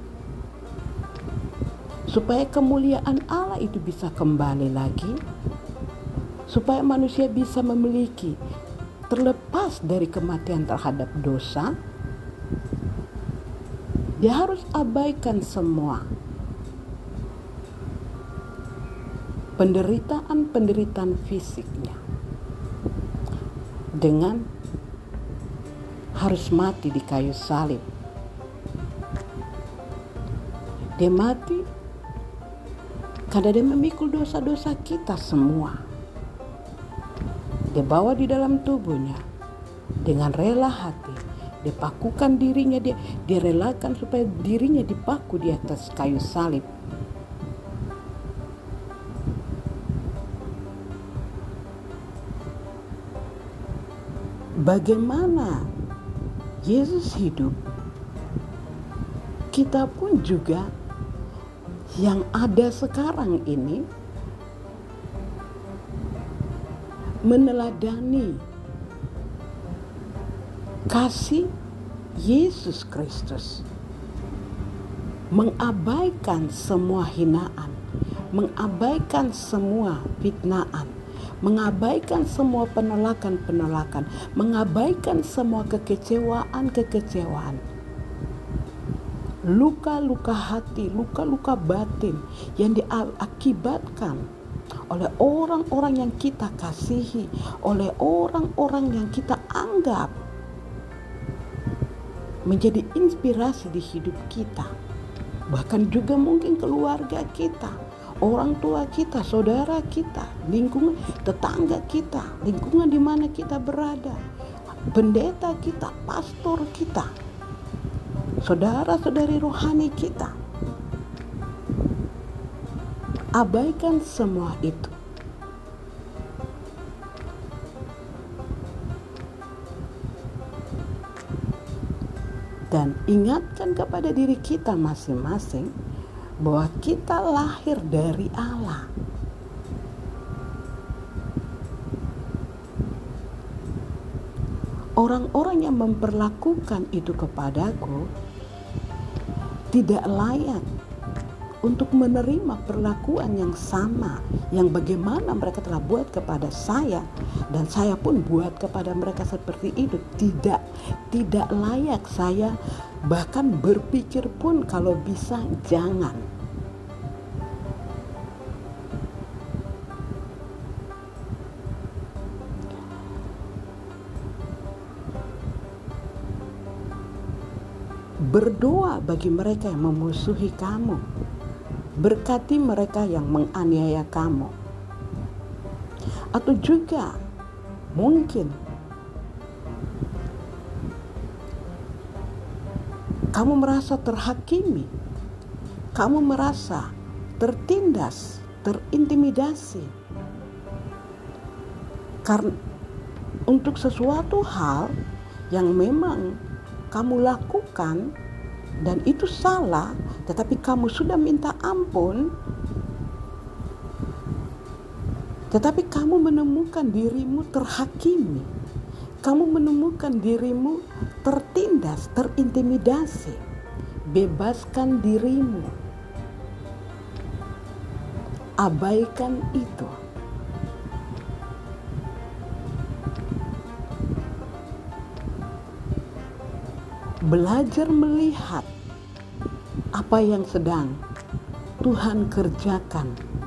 supaya kemuliaan Allah itu bisa kembali lagi, supaya manusia bisa memiliki, terlepas dari kematian terhadap dosa. Dia harus abaikan semua penderitaan-penderitaan fisiknya dengan harus mati di kayu salib. Dia mati karena Dia memikul dosa-dosa kita semua. Dia bawa di dalam tubuhnya dengan rela hati. Dia pakukan dirinya, dia, dia relakan supaya dirinya dipaku di atas kayu salib. Bagaimana Yesus hidup, kita pun juga yang ada sekarang ini meneladani kasih Yesus Kristus, mengabaikan semua hinaan, mengabaikan semua fitnaan, mengabaikan semua penolakan-penolakan, mengabaikan semua kekecewaan-kekecewaan, luka-luka hati, luka-luka batin yang diakibatkan oleh orang-orang yang kita kasihi, oleh orang-orang yang kita anggap menjadi inspirasi di hidup kita, bahkan juga mungkin keluarga kita, orang tua kita, saudara kita, lingkungan tetangga kita, lingkungan di mana kita berada, pendeta kita, pastor kita, saudara-saudari rohani kita. Abaikan semua itu. Dan ingatkan kepada diri kita masing-masing bahwa kita lahir dari Allah. Orang-orang yang memperlakukan itu kepadaku tidak layak untuk menerima perlakuan yang sama yang bagaimana mereka telah buat kepada saya, dan saya pun buat kepada mereka seperti itu. Tidak, tidak layak. Saya bahkan berpikir pun kalau bisa jangan. Berdoa bagi mereka yang memusuhi kamu. Berkati mereka yang menganiaya kamu. Atau juga mungkin kamu merasa terhakimi, kamu merasa tertindas, terintimidasi karena untuk sesuatu hal yang memang kamu lakukan dan itu salah, tetapi kamu sudah minta ampun, tetapi kamu menemukan dirimu terhakimi, kamu menemukan dirimu tertindas, terintimidasi. Bebaskan dirimu, abaikan itu. Belajar melihat apa yang sedang Tuhan kerjakan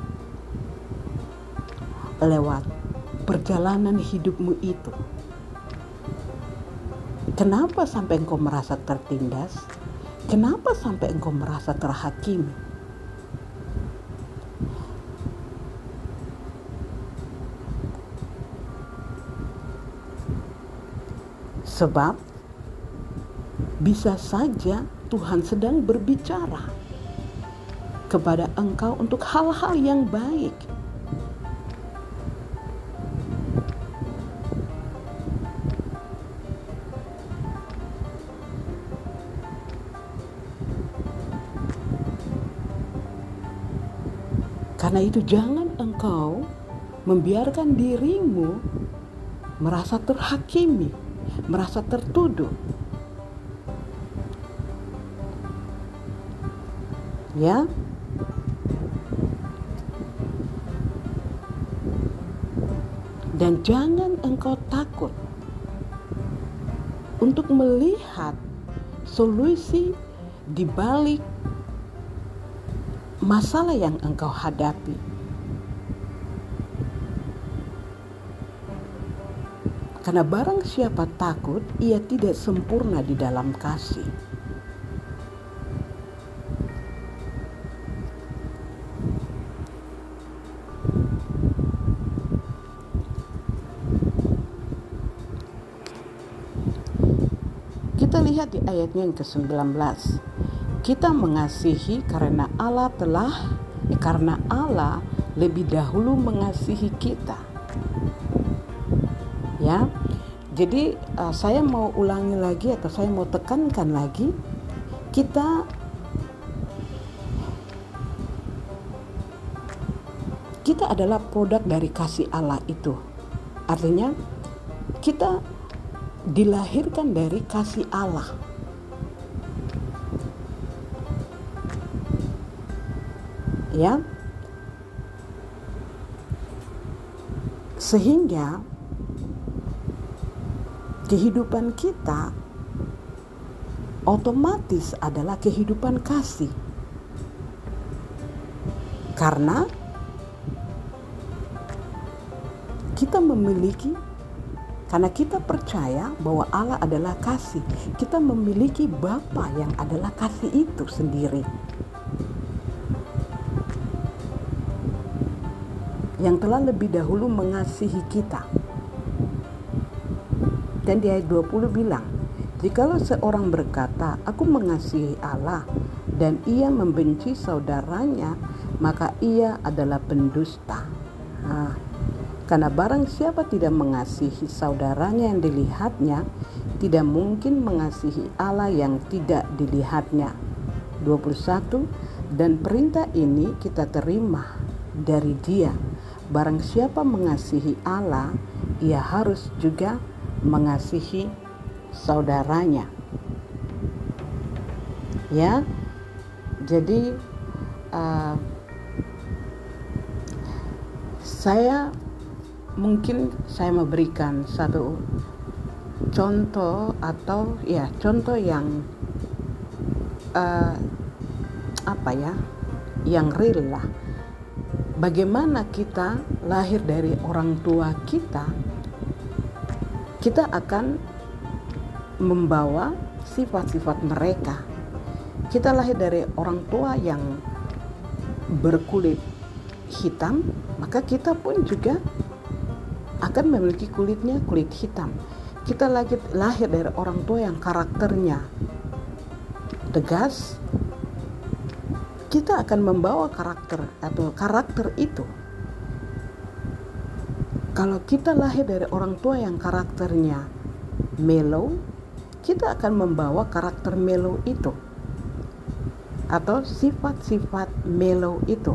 lewat perjalanan hidupmu itu. Kenapa sampai engkau merasa tertindas? Kenapa sampai engkau merasa terhakimi? Sebab bisa saja Tuhan sedang berbicara kepada engkau untuk hal-hal yang baik. Karena itu jangan engkau membiarkan dirimu merasa terhakimi, merasa tertuduh. Ya. Dan jangan engkau takut untuk melihat solusi di balik masalah yang engkau hadapi. Karena barang siapa takut, ia tidak sempurna di dalam kasih. Kita lihat di ayatnya yang kesembilan belas. Kita mengasihi karena Allah telah eh, karena Allah lebih dahulu mengasihi kita. Ya. Jadi uh, saya mau ulangi lagi atau saya mau tekankan lagi, kita kita adalah produk dari kasih Allah itu. Artinya kita dilahirkan dari kasih Allah. Ya. Sehingga kehidupan kita otomatis adalah kehidupan kasih. Karena kita memiliki, karena kita percaya bahwa Allah adalah kasih, kita memiliki Bapa yang adalah kasih itu sendiri, yang telah lebih dahulu mengasihi kita. Dan di ayat dua puluh bilang, jikalau seorang berkata, aku mengasihi Allah, dan ia membenci saudaranya, maka ia adalah pendusta. Nah, karena barang siapa tidak mengasihi saudaranya yang dilihatnya, tidak mungkin mengasihi Allah yang tidak dilihatnya. dua puluh satu, dan perintah ini kita terima dari Dia. Barang siapa mengasihi Allah, ia harus juga mengasihi saudaranya. Ya. Jadi uh, saya mungkin saya memberikan satu contoh atau ya contoh yang uh, apa ya, yang real lah. Bagaimana kita lahir dari orang tua kita, kita akan membawa sifat-sifat mereka. Kita lahir dari orang tua yang berkulit hitam, maka kita pun juga akan memiliki kulitnya kulit hitam. Kita lahir, lahir dari orang tua yang karakternya tegas, kita akan membawa karakter atau karakter itu. Kalau kita lahir dari orang tua yang karakternya mellow, kita akan membawa karakter mellow itu atau sifat-sifat mellow itu.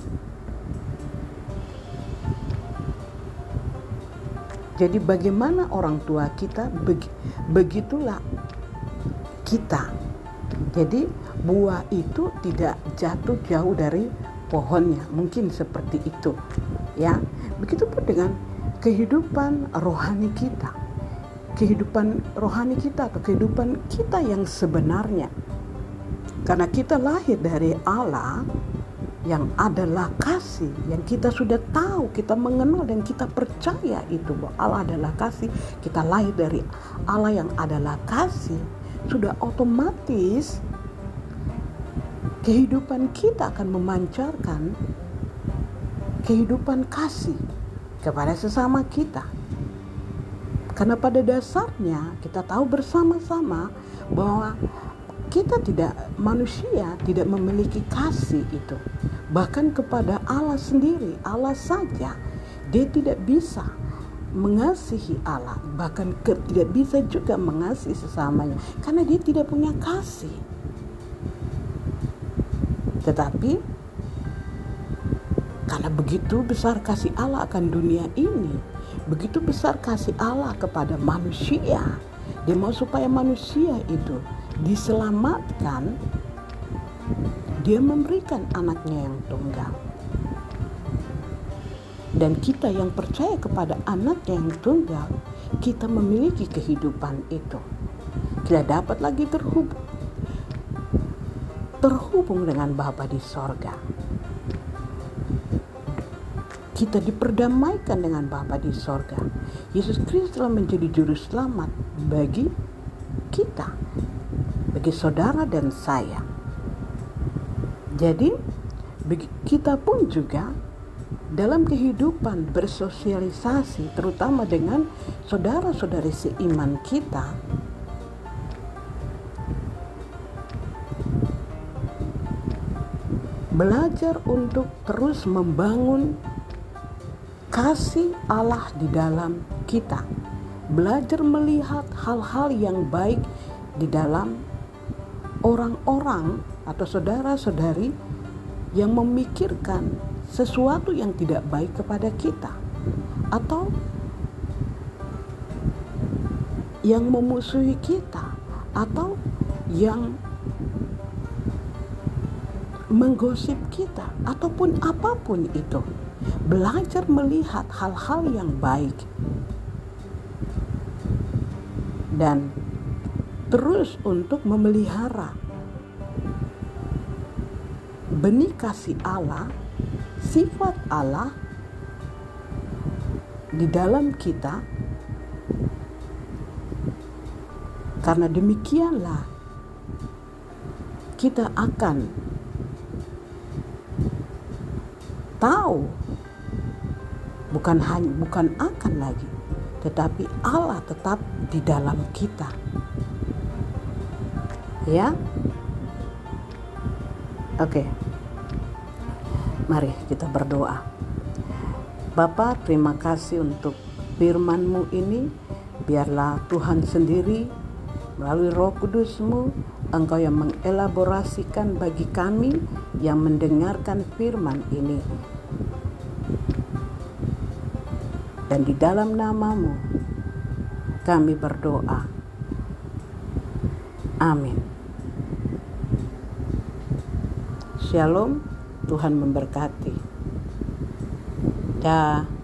Jadi bagaimana orang tua kita, begitulah kita. Jadi buah itu tidak jatuh jauh dari pohonnya, mungkin seperti itu. Ya, begitupun dengan kehidupan rohani kita, kehidupan rohani kita atau kehidupan kita yang sebenarnya. Karena kita lahir dari Allah yang adalah kasih, yang kita sudah tahu, kita mengenal dan kita percaya itu bahwa Allah adalah kasih. Kita lahir dari Allah yang adalah kasih, sudah otomatis kehidupan kita akan memancarkan kehidupan kasih kepada sesama kita. Karena pada dasarnya kita tahu bersama-sama bahwa kita tidak, manusia tidak memiliki kasih itu. Bahkan kepada Allah sendiri, Allah saja, dia tidak bisa mengasihi Allah, bahkan ke, tidak bisa juga mengasihi sesamanya, karena dia tidak punya kasih. Tetapi karena begitu besar kasih Allah akan dunia ini, begitu besar kasih Allah kepada manusia, dia mau supaya manusia itu diselamatkan, dia memberikan anaknya yang tunggal. Dan kita yang percaya kepada anaknya yang tunggal, kita memiliki kehidupan itu. Kita dapat lagi terhubung terhubung dengan Bapa di sorga. Kita diperdamaikan dengan Bapa di sorga. Yesus Kristus telah menjadi juru selamat bagi kita, bagi saudara dan saya. Jadi kita pun juga dalam kehidupan bersosialisasi, terutama dengan saudara-saudari seiman kita, belajar untuk terus membangun kasih Allah di dalam kita, belajar melihat hal-hal yang baik di dalam orang-orang atau saudara-saudari yang memikirkan sesuatu yang tidak baik kepada kita, atau yang memusuhi kita, atau yang menggosip kita, ataupun apapun itu. Belajar melihat hal-hal yang baik dan terus untuk memelihara benih kasih Allah, sifat Allah di dalam kita. Karena demikianlah kita akan tahu, bukan hanya bukan akan lagi, tetapi Allah tetap di dalam kita. Ya. Oke. Mari kita berdoa. Bapa, terima kasih untuk firman-Mu ini. Biarlah Tuhan sendiri melalui Roh Kudus-Mu, Engkau yang mengelaborasikan bagi kami yang mendengarkan firman ini. Dan di dalam nama-Mu kami berdoa. Amin. Shalom, Tuhan memberkati. Dah.